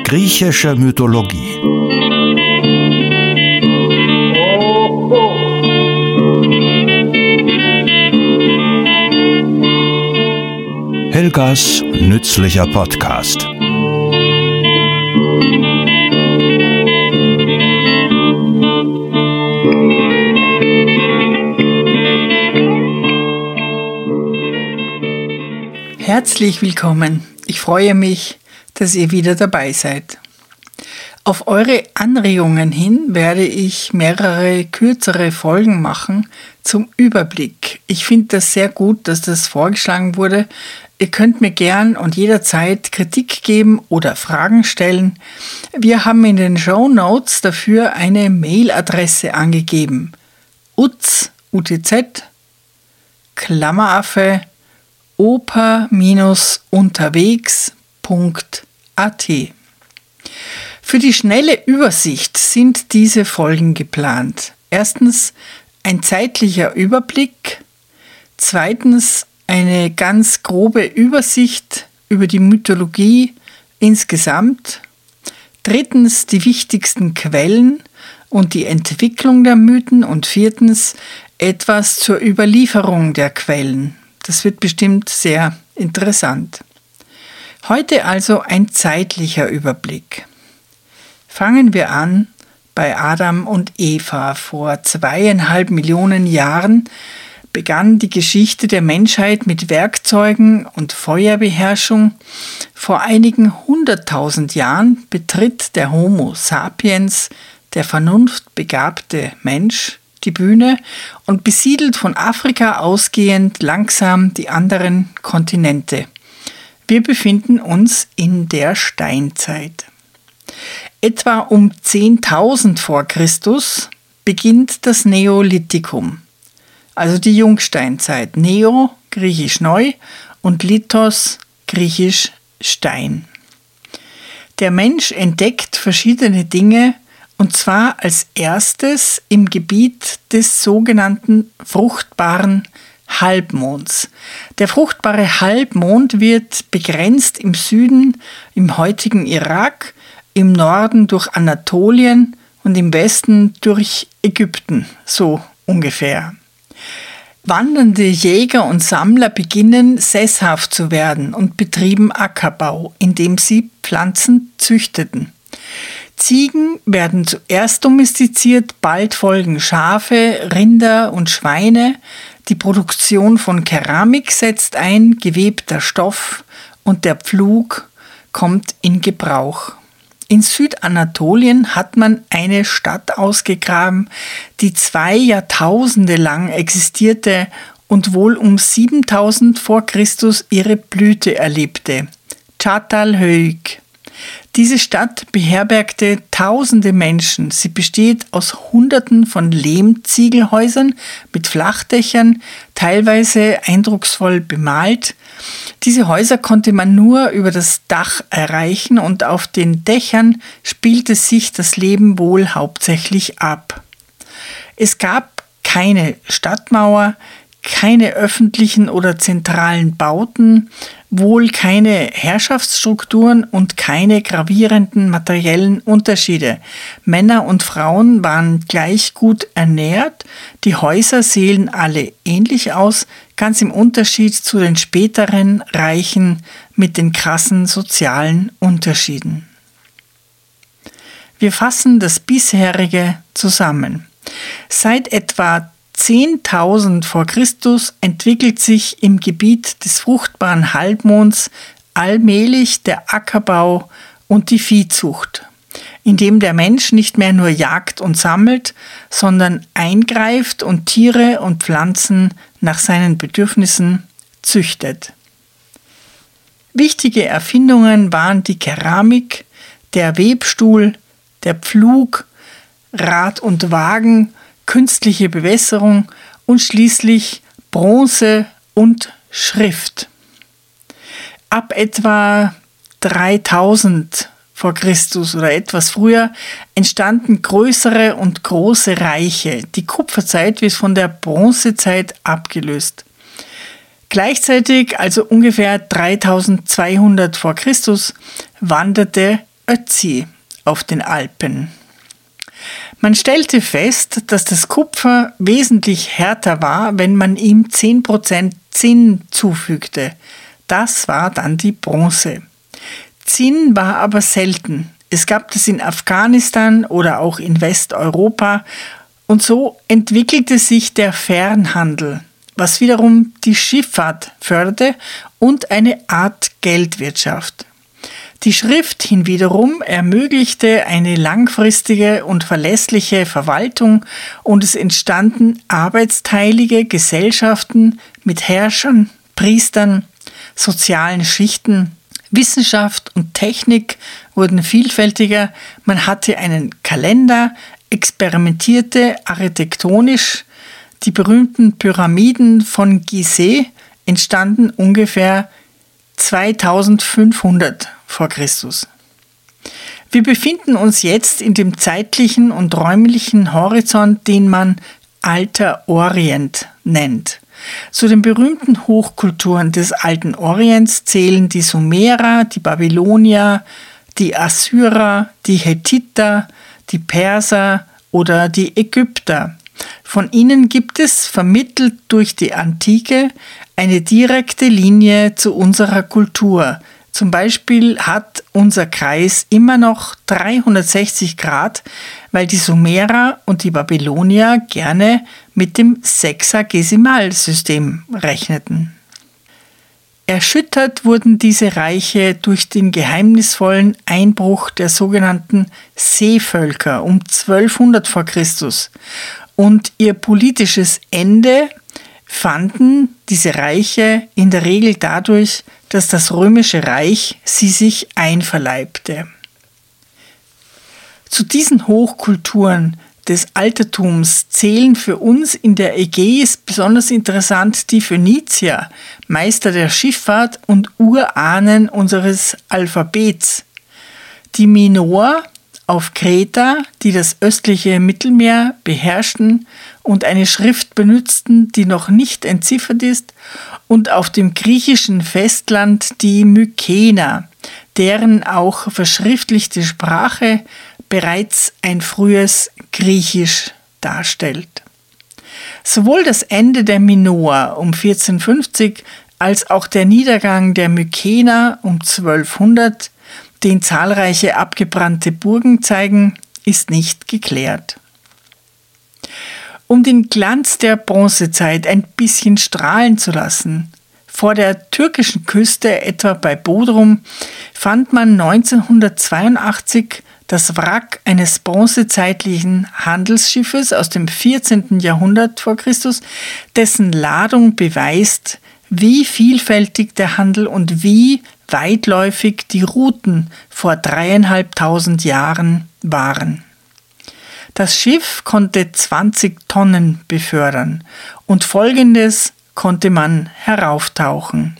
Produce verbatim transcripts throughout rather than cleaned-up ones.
Griechische Mythologie. Helgas nützlicher Podcast. Herzlich willkommen. Ich freue mich, dass ihr wieder dabei seid. Auf eure Anregungen hin werde ich mehrere kürzere Folgen machen zum Überblick. Ich finde das sehr gut, dass das vorgeschlagen wurde. Ihr könnt mir gern und jederzeit Kritik geben oder Fragen stellen. Wir haben in den Shownotes dafür eine Mailadresse angegeben. Utz, U T Z, Klammeraffe, oper-unterwegs punkt a t. Für die schnelle Übersicht sind diese Folgen geplant. Erstens ein zeitlicher Überblick, zweitens eine ganz grobe Übersicht über die Mythologie insgesamt, drittens die wichtigsten Quellen und die Entwicklung der Mythen und viertens etwas zur Überlieferung der Quellen. Das wird bestimmt sehr interessant. Heute also ein zeitlicher Überblick. Fangen wir an bei Adam und Eva. Vor zweieinhalb Millionen Jahren begann die Geschichte der Menschheit mit Werkzeugen und Feuerbeherrschung. Vor einigen hunderttausend Jahren betritt der Homo sapiens, der vernunftbegabte Mensch, die Bühne und besiedelt von Afrika ausgehend langsam die anderen Kontinente. Wir befinden uns in der Steinzeit. Etwa um zehntausend vor Christus beginnt das Neolithikum, also die Jungsteinzeit. Neo, griechisch neu, und Lithos, griechisch Stein. Der Mensch entdeckt verschiedene Dinge, und zwar als erstes im Gebiet des sogenannten fruchtbaren Halbmonds. Der fruchtbare Halbmond wird begrenzt im Süden, im heutigen Irak, im Norden durch Anatolien und im Westen durch Ägypten, so ungefähr. Wandernde Jäger und Sammler beginnen sesshaft zu werden und betrieben Ackerbau, indem sie Pflanzen züchteten. Ziegen werden zuerst domestiziert, bald folgen Schafe, Rinder und Schweine. Die Produktion von Keramik setzt ein, gewebter Stoff und der Pflug kommt in Gebrauch. In Südanatolien hat man eine Stadt ausgegraben, die zwei Jahrtausende lang existierte und wohl um siebentausend vor Christus ihre Blüte erlebte. Çatalhöyük. Diese Stadt beherbergte tausende Menschen. Sie besteht aus Hunderten von Lehmziegelhäusern mit Flachdächern, teilweise eindrucksvoll bemalt. Diese Häuser konnte man nur über das Dach erreichen und auf den Dächern spielte sich das Leben wohl hauptsächlich ab. Es gab keine Stadtmauer, keine öffentlichen oder zentralen Bauten, wohl keine Herrschaftsstrukturen und keine gravierenden materiellen Unterschiede. Männer und Frauen waren gleich gut ernährt, die Häuser sehen alle ähnlich aus, ganz im Unterschied zu den späteren Reichen mit den krassen sozialen Unterschieden. Wir fassen das bisherige zusammen. Seit etwa zehntausend vor Christus entwickelt sich im Gebiet des fruchtbaren Halbmonds allmählich der Ackerbau und die Viehzucht, indem der Mensch nicht mehr nur jagt und sammelt, sondern eingreift und Tiere und Pflanzen nach seinen Bedürfnissen züchtet. Wichtige Erfindungen waren die Keramik, der Webstuhl, der Pflug, Rad und Wagen, künstliche Bewässerung und schließlich Bronze und Schrift. Ab etwa dreitausend vor Christus oder etwas früher entstanden größere und große Reiche. Die Kupferzeit wird von der Bronzezeit abgelöst. Gleichzeitig, also ungefähr dreitausendzweihundert vor Christus, wanderte Ötzi auf den Alpen. Man stellte fest, dass das Kupfer wesentlich härter war, wenn man ihm zehn Prozent Zinn zufügte. Das war dann die Bronze. Zinn war aber selten. Es gab es in Afghanistan oder auch in Westeuropa und so entwickelte sich der Fernhandel, was wiederum die Schifffahrt förderte und eine Art Geldwirtschaft. Die Schrift hinwiederum ermöglichte eine langfristige und verlässliche Verwaltung und es entstanden arbeitsteilige Gesellschaften mit Herrschern, Priestern, sozialen Schichten. Wissenschaft und Technik wurden vielfältiger, man hatte einen Kalender, experimentierte architektonisch. Die berühmten Pyramiden von Gizeh entstanden ungefähr zweitausendfünfhundert vor Christus. Wir befinden uns jetzt in dem zeitlichen und räumlichen Horizont, den man Alter Orient nennt. Zu den berühmten Hochkulturen des alten Orients zählen die Sumerer, die Babylonier, die Assyrer, die Hethiter, die Perser oder die Ägypter. Von ihnen gibt es, vermittelt durch die Antike, eine direkte Linie zu unserer Kultur. Zum Beispiel hat unser Kreis immer noch dreihundertsechzig Grad, weil die Sumerer und die Babylonier gerne mit dem Sexagesimalsystem rechneten. Erschüttert wurden diese Reiche durch den geheimnisvollen Einbruch der sogenannten Seevölker um zwölfhundert vor Christus und ihr politisches Ende fanden diese Reiche in der Regel dadurch, dass das Römische Reich sie sich einverleibte. Zu diesen Hochkulturen des Altertums zählen für uns in der Ägäis besonders interessant die Phönizier, Meister der Schifffahrt und Urahnen unseres Alphabets, die Minoer auf Kreta, die das östliche Mittelmeer beherrschten und eine Schrift benutzten, die noch nicht entziffert ist, und auf dem griechischen Festland die Mykener, deren auch verschriftlichte Sprache bereits ein frühes Griechisch darstellt. Sowohl das Ende der Minoer um vierzehnhundertfünfzig als auch der Niedergang der Mykener um zwölfhundert, den zahlreiche abgebrannte Burgen zeigen, ist nicht geklärt. Um den Glanz der Bronzezeit ein bisschen strahlen zu lassen, vor der türkischen Küste, etwa bei Bodrum, fand man neunzehnhundertzweiundachtzig das Wrack eines bronzezeitlichen Handelsschiffes aus dem vierzehnten Jahrhundert vor Christus, dessen Ladung beweist, wie vielfältig der Handel und wie weitläufig die Routen vor dreieinhalbtausend Jahren waren. Das Schiff konnte zwanzig Tonnen befördern und Folgendes konnte man herauftauchen.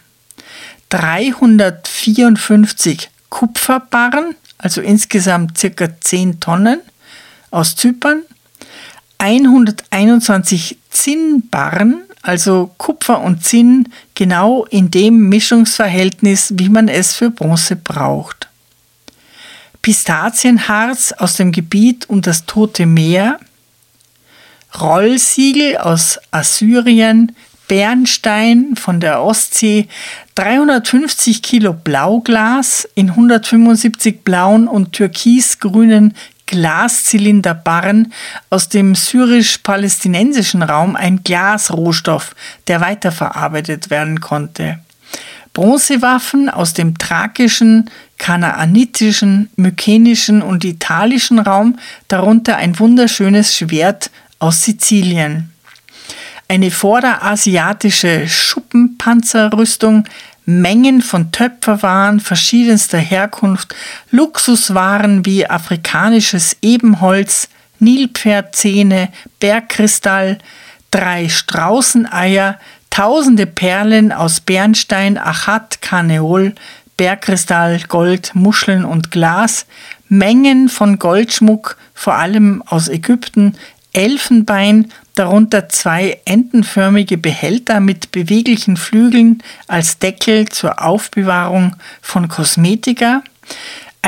dreihundertvierundfünfzig Kupferbarren, also insgesamt ca. zehn Tonnen aus Zypern, hunderteinundzwanzig Zinnbarren, also Kupfer und Zinn, genau in dem Mischungsverhältnis, wie man es für Bronze braucht. Pistazienharz aus dem Gebiet um das Tote Meer, Rollsiegel aus Assyrien, Bernstein von der Ostsee, dreihundertfünfzig Kilo Blauglas in hundertfünfundsiebzig blauen und türkisgrünen Glaszylinderbarren aus dem syrisch-palästinensischen Raum, ein Glasrohstoff, der weiterverarbeitet werden konnte. Bronzewaffen aus dem thrakischen, kanaanitischen, mykenischen und italischen Raum, darunter ein wunderschönes Schwert aus Sizilien. Eine vorderasiatische Schuppenpanzerrüstung, Mengen von Töpferwaren verschiedenster Herkunft, Luxuswaren wie afrikanisches Ebenholz, Nilpferdzähne, Bergkristall, drei Straußeneier, tausende Perlen aus Bernstein, Achat, Karneol, Bergkristall, Gold, Muscheln und Glas, Mengen von Goldschmuck, vor allem aus Ägypten, Elfenbein, darunter zwei entenförmige Behälter mit beweglichen Flügeln als Deckel zur Aufbewahrung von Kosmetika,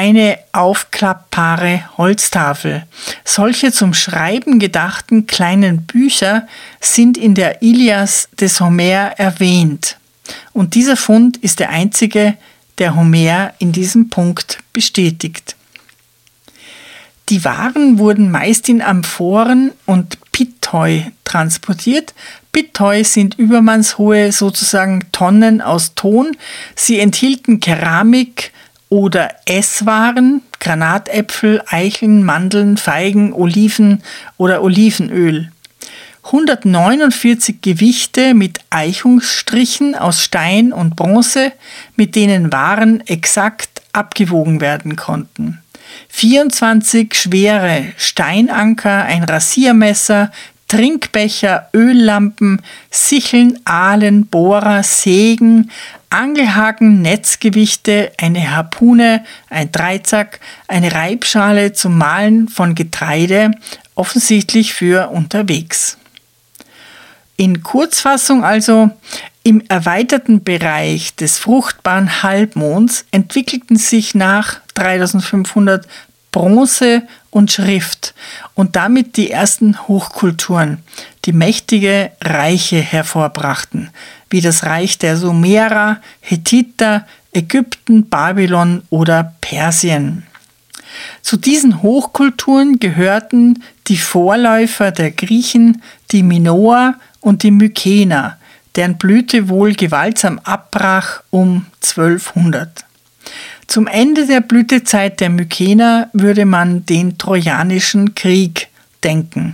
eine aufklappbare Holztafel. Solche zum Schreiben gedachten kleinen Bücher sind in der Ilias des Homer erwähnt. Und dieser Fund ist der einzige, der Homer in diesem Punkt bestätigt. Die Waren wurden meist in Amphoren und Pithoi transportiert. Pithoi sind übermannshohe sozusagen Tonnen aus Ton. Sie enthielten Keramik oder Esswaren, Granatäpfel, Eicheln, Mandeln, Feigen, Oliven oder Olivenöl. hundertneunundvierzig Gewichte mit Eichungsstrichen aus Stein und Bronze, mit denen Waren exakt abgewogen werden konnten. vierundzwanzig schwere Steinanker, ein Rasiermesser, Trinkbecher, Öllampen, Sicheln, Ahlen, Bohrer, Sägen, Angelhaken, Netzgewichte, eine Harpune, ein Dreizack, eine Reibschale zum Mahlen von Getreide, offensichtlich für unterwegs. In Kurzfassung also: Im erweiterten Bereich des fruchtbaren Halbmonds entwickelten sich nach dreitausendfünfhundert Bronze und Schrift und damit die ersten Hochkulturen, die mächtige Reiche hervorbrachten, wie das Reich der Sumerer, Hethiter, Ägypten, Babylon oder Persien. Zu diesen Hochkulturen gehörten die Vorläufer der Griechen, die Minoer und die Mykener, deren Blüte wohl gewaltsam abbrach um zwölfhundert. Zum Ende der Blütezeit der Mykener würde man den Trojanischen Krieg denken.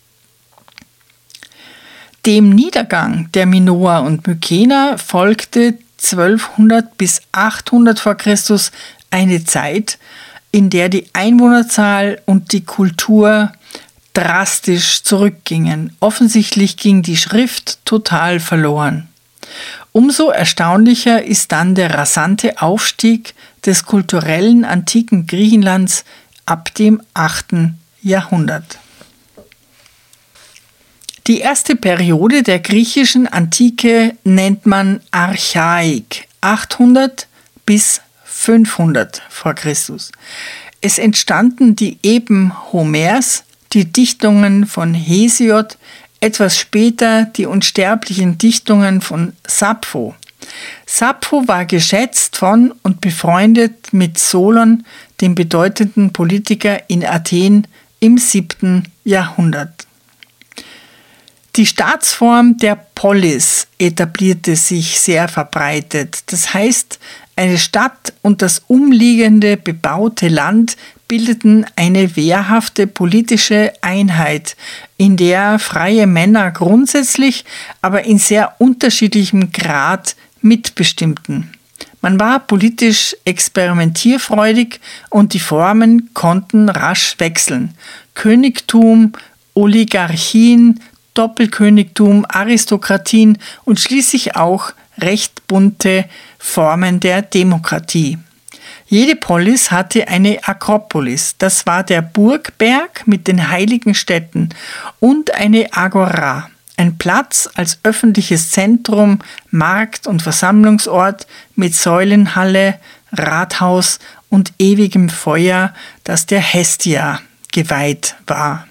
Dem Niedergang der Minoer und Mykener folgte zwölfhundert bis achthundert vor Christus eine Zeit, in der die Einwohnerzahl und die Kultur drastisch zurückgingen. Offensichtlich ging die Schrift total verloren. Umso erstaunlicher ist dann der rasante Aufstieg des kulturellen antiken Griechenlands ab dem achten Jahrhundert. Die erste Periode der griechischen Antike nennt man Archaik, achthundert bis fünfhundert vor Christus. Es entstanden die Epen Homers, die Dichtungen von Hesiod, etwas später die unsterblichen Dichtungen von Sappho. Sappho war geschätzt von und befreundet mit Solon, dem bedeutenden Politiker in Athen im siebten Jahrhundert. Die Staatsform der Polis etablierte sich sehr verbreitet. Das heißt, eine Stadt und das umliegende bebaute Land bildeten eine wehrhafte politische Einheit, in der freie Männer grundsätzlich, aber in sehr unterschiedlichem Grad mitbestimmten. Man war politisch experimentierfreudig und die Formen konnten rasch wechseln. Königtum, Oligarchien, Doppelkönigtum, Aristokratien und schließlich auch recht bunte Formen der Demokratie. Jede Polis hatte eine Akropolis, das war der Burgberg mit den heiligen Städten, und eine Agora, ein Platz als öffentliches Zentrum, Markt- und Versammlungsort mit Säulenhalle, Rathaus und ewigem Feuer, das der Hestia geweiht war.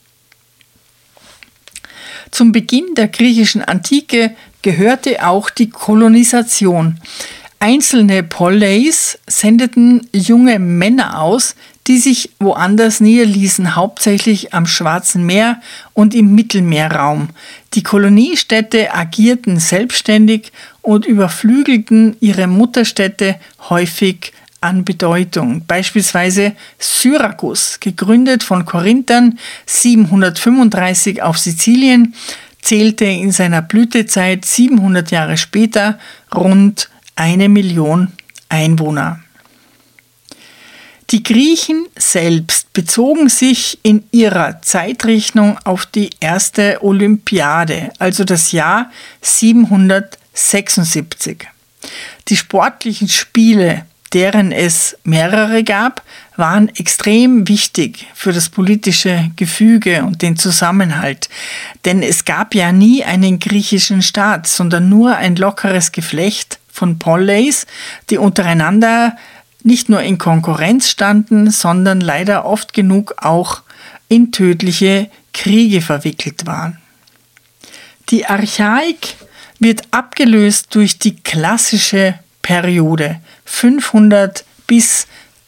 Zum Beginn der griechischen Antike gehörte auch die Kolonisation. Einzelne Poleis sendeten junge Männer aus, die sich woanders niederließen, hauptsächlich am Schwarzen Meer und im Mittelmeerraum. Die Koloniestädte agierten selbstständig und überflügelten ihre Mutterstädte häufig an Bedeutung. Beispielsweise Syrakus, gegründet von Korinthern siebenhundertfünfunddreißig auf Sizilien, zählte in seiner Blütezeit siebenhundert Jahre später rund eine Million Einwohner. Die Griechen selbst bezogen sich in ihrer Zeitrechnung auf die erste Olympiade, also das Jahr siebenhundertsechsundsiebzig. Die sportlichen Spiele, deren es mehrere gab, waren extrem wichtig für das politische Gefüge und den Zusammenhalt. Denn es gab ja nie einen griechischen Staat, sondern nur ein lockeres Geflecht von Poleis, die untereinander nicht nur in Konkurrenz standen, sondern leider oft genug auch in tödliche Kriege verwickelt waren. Die Archaik wird abgelöst durch die klassische Periode fünfhundert bis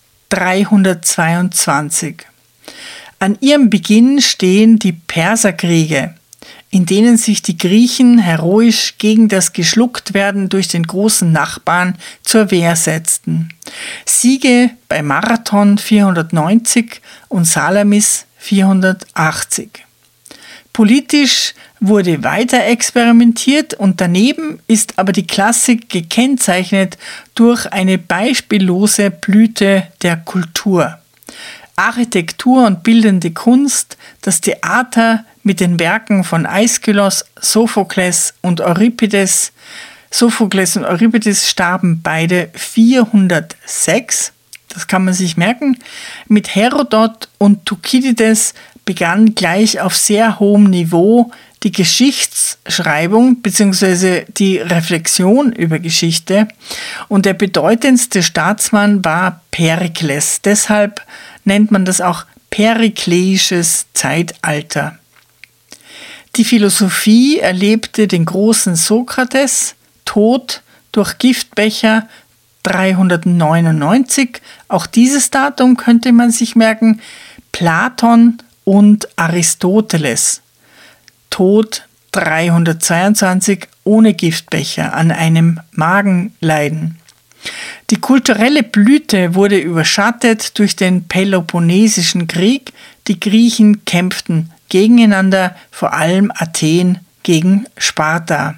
dreihundertzweiundzwanzig. An ihrem Beginn stehen die Perserkriege, in denen sich die Griechen heroisch gegen das Geschlucktwerden durch den großen Nachbarn zur Wehr setzten. Siege bei Marathon vierhundertneunzig und Salamis vierhundertachtzig. Politisch wurde weiter experimentiert und daneben ist aber die Klassik gekennzeichnet durch eine beispiellose Blüte der Kultur. Architektur und bildende Kunst, das Theater mit den Werken von Aeschylus, Sophokles und Euripides. Sophokles und Euripides starben beide vierhundertsechs, das kann man sich merken. Mit Herodot und Thukydides begann gleich auf sehr hohem Niveau die Geschichtsschreibung bzw. die Reflexion über Geschichte und der bedeutendste Staatsmann war Perikles. Deshalb nennt man das auch perikleisches Zeitalter. Die Philosophie erlebte den großen Sokrates, Tod durch Giftbecher dreihundertneunundneunzig. Auch dieses Datum könnte man sich merken. Platon und Aristoteles, Tod dreihundertzweiundzwanzig ohne Giftbecher an einem Magenleiden. Die kulturelle Blüte wurde überschattet durch den Peloponnesischen Krieg. Die Griechen kämpften gegeneinander, vor allem Athen gegen Sparta.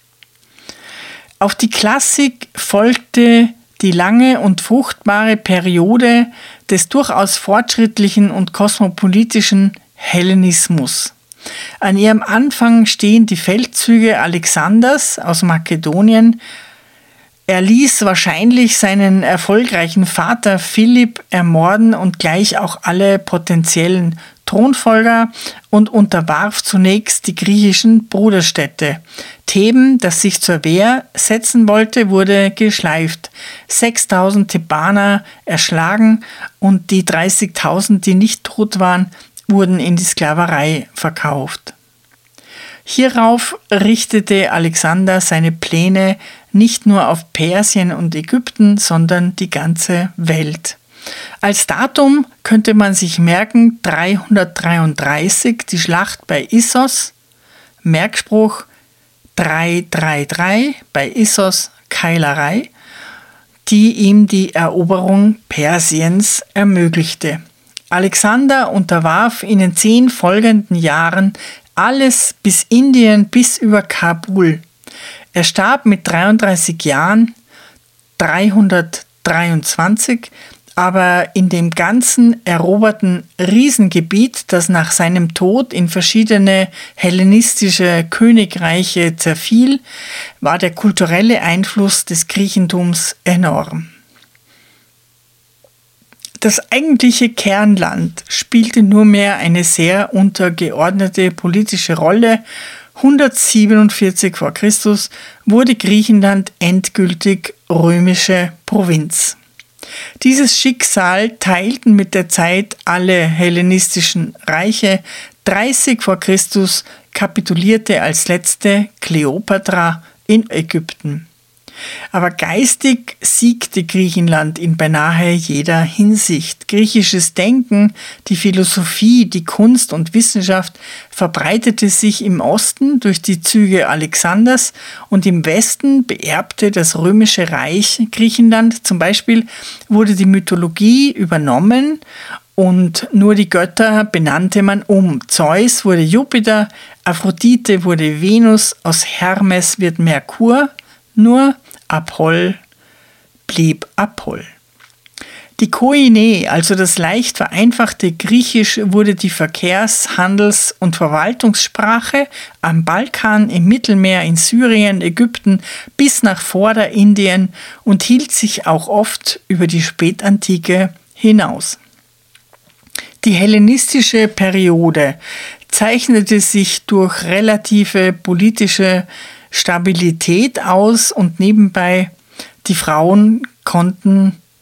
Auf die Klassik folgte die lange und fruchtbare Periode des durchaus fortschrittlichen und kosmopolitischen Hellenismus. An ihrem Anfang stehen die Feldzüge Alexanders aus Makedonien. Er ließ wahrscheinlich seinen erfolgreichen Vater Philipp ermorden und gleich auch alle potenziellen Thronfolger und unterwarf zunächst die griechischen Bruderstädte. Theben, das sich zur Wehr setzen wollte, wurde geschleift. sechstausend Thebaner erschlagen und die dreißigtausend, die nicht tot waren, wurden in die Sklaverei verkauft. Hierauf richtete Alexander seine Pläne nicht nur auf Persien und Ägypten, sondern die ganze Welt. Als Datum könnte man sich merken dreihundertdreiunddreißig, die Schlacht bei Issos, Merkspruch dreihundertdreiunddreißig bei Issos Keilerei, die ihm die Eroberung Persiens ermöglichte. Alexander unterwarf in den zehn folgenden Jahren alles bis Indien bis über Kabul. Er starb mit dreiunddreißig Jahren, dreihundertdreiundzwanzig, aber in dem ganzen eroberten Riesengebiet, das nach seinem Tod in verschiedene hellenistische Königreiche zerfiel, war der kulturelle Einfluss des Griechentums enorm. Das eigentliche Kernland spielte nur mehr eine sehr untergeordnete politische Rolle. hundertsiebenundvierzig vor Christus wurde Griechenland endgültig römische Provinz. Dieses Schicksal teilten mit der Zeit alle hellenistischen Reiche. dreißig vor Christus kapitulierte als letzte Kleopatra in Ägypten. Aber geistig siegte Griechenland in beinahe jeder Hinsicht. Griechisches Denken, die Philosophie, die Kunst und Wissenschaft verbreitete sich im Osten durch die Züge Alexanders und im Westen beerbte das römische Reich Griechenland. Zum Beispiel wurde die Mythologie übernommen und nur die Götter benannte man um. Zeus wurde Jupiter, Aphrodite wurde Venus, aus Hermes wird Merkur, nur Apoll blieb Apoll. Die Koine, also das leicht vereinfachte Griechisch, wurde die Verkehrs-, Handels- und Verwaltungssprache am Balkan, im Mittelmeer, in Syrien, Ägypten bis nach Vorderindien und hielt sich auch oft über die Spätantike hinaus. Die hellenistische Periode zeichnete sich durch relative politische Stabilität aus und nebenbei die Frauen konnten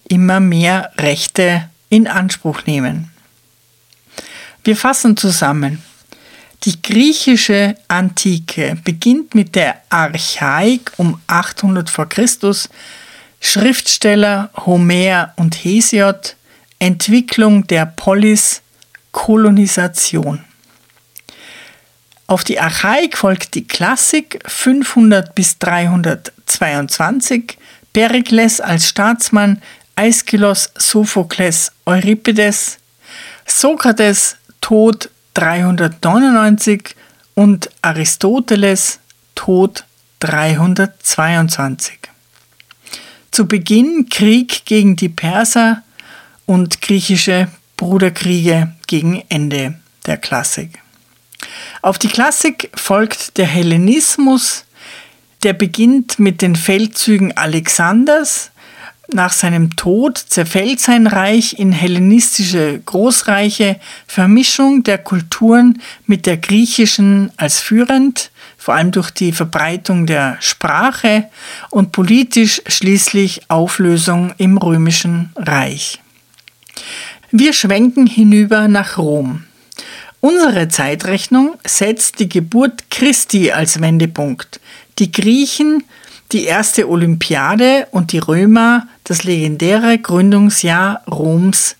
immer mehr Rechte in Anspruch nehmen. Wir fassen zusammen. Die griechische Antike beginnt mit der Archaik um achthundert vor Christus, Schriftsteller Homer und Hesiod, Entwicklung der Polis, Kolonisation. Auf die Archaik folgt die Klassik fünfhundert bis dreihundertzweiundzwanzig, Perikles als Staatsmann, Aeschylus, Sophokles, Euripides, Sokrates, Tod dreihundertneunundneunzig und Aristoteles, Tod dreihundertzweiundzwanzig. Zu Beginn Krieg gegen die Perser und griechische Bruderkriege gegen Ende der Klassik. Auf die Klassik folgt der Hellenismus, der beginnt mit den Feldzügen Alexanders. Nach seinem Tod zerfällt sein Reich in hellenistische Großreiche, Vermischung der Kulturen mit der griechischen als führend, vor allem durch die Verbreitung der Sprache und politisch schließlich Auflösung im römischen Reich. Wir schwenken hinüber nach Rom. Unsere Zeitrechnung setzt die Geburt Christi als Wendepunkt. Die Griechen die erste Olympiade und die Römer das legendäre Gründungsjahr Roms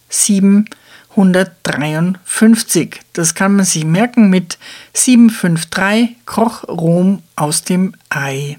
siebenhundertdreiundfünfzig. Das kann man sich merken mit siebenhundertdreiundfünfzig kroch Rom aus dem Ei.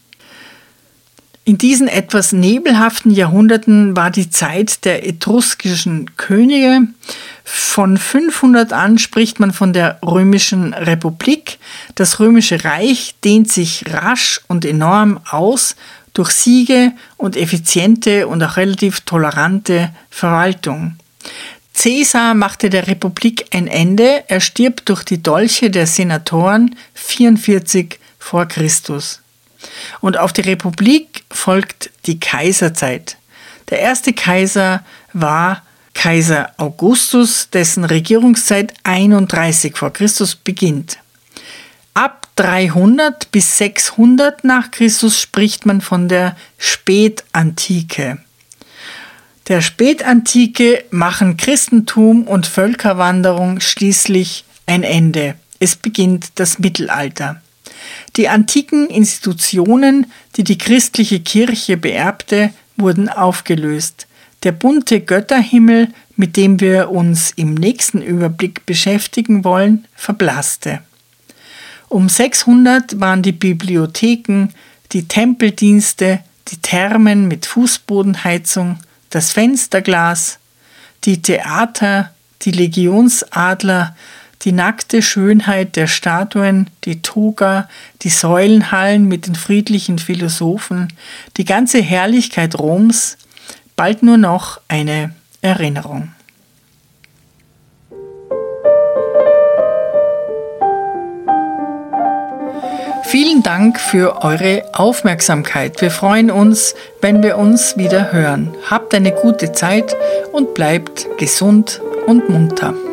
In diesen etwas nebelhaften Jahrhunderten war die Zeit der etruskischen Könige. Von fünfhundert an spricht man von der Römischen Republik. Das Römische Reich dehnt sich rasch und enorm aus durch Siege und effiziente und auch relativ tolerante Verwaltung. Caesar machte der Republik ein Ende. Er stirbt durch die Dolche der Senatoren vierundvierzig vor Christus. Und auf die Republik folgt die Kaiserzeit. Der erste Kaiser war Kaiser Augustus, dessen Regierungszeit einunddreißig vor Christus beginnt. Ab dreihundert bis sechshundert nach Christus spricht man von der Spätantike. Der Spätantike machen Christentum und Völkerwanderung schließlich ein Ende. Es beginnt das Mittelalter. Die antiken Institutionen, die die christliche Kirche beerbte, wurden aufgelöst. Der bunte Götterhimmel, mit dem wir uns im nächsten Überblick beschäftigen wollen, verblasste. Um sechshundert waren die Bibliotheken, die Tempeldienste, die Thermen mit Fußbodenheizung, das Fensterglas, die Theater, die Legionsadler, die nackte Schönheit der Statuen, die Toga, die Säulenhallen mit den friedlichen Philosophen, die ganze Herrlichkeit Roms, bald nur noch eine Erinnerung. Vielen Dank für eure Aufmerksamkeit. Wir freuen uns, wenn wir uns wieder hören. Habt eine gute Zeit und bleibt gesund und munter.